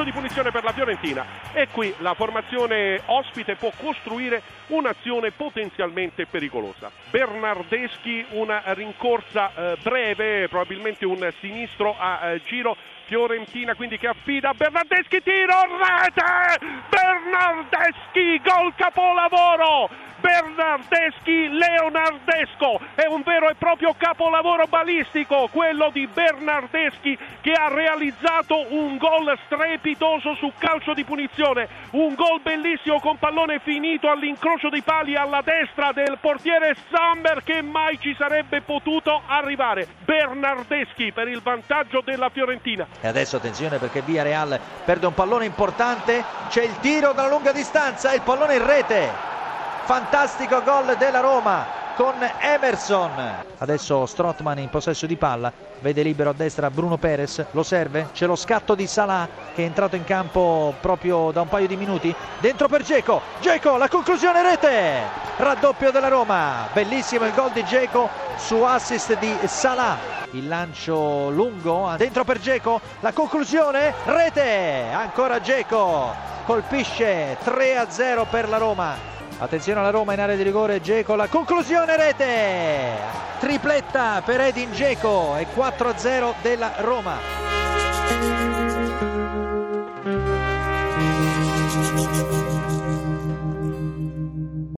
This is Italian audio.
di punizione per la Fiorentina e qui la formazione ospite può costruire un'azione potenzialmente pericolosa. Bernardeschi, una rincorsa breve, probabilmente un sinistro a giro. Fiorentina quindi che affida Bernardeschi, tiro, rete! Bernardeschi, gol capolavoro! Bernardeschi leonardesco, è un vero e proprio capolavoro balistico quello di Bernardeschi, che ha realizzato un gol strepitoso su calcio di punizione, un gol bellissimo con pallone finito all'incrocio dei pali alla destra del portiere Sammer, che mai ci sarebbe potuto arrivare. Bernardeschi per il vantaggio della Fiorentina. E adesso attenzione, perché Villarreal perde un pallone importante, c'è il tiro dalla lunga distanza e il pallone in rete. Fantastico gol della Roma con Emerson. Adesso Strootman in possesso di palla, vede libero a destra Bruno Perez, lo serve, c'è lo scatto di Salah che è entrato in campo proprio da un paio di minuti, dentro per Dzeko, la conclusione, rete, raddoppio della Roma, bellissimo il gol di Dzeko su assist di Salah, il lancio lungo, dentro per Dzeko, la conclusione, rete, ancora Dzeko, colpisce, 3-0 per la Roma. Attenzione alla Roma in area di rigore, Dzeko, la conclusione, rete, tripletta per Edin Dzeko e 4-0 della Roma.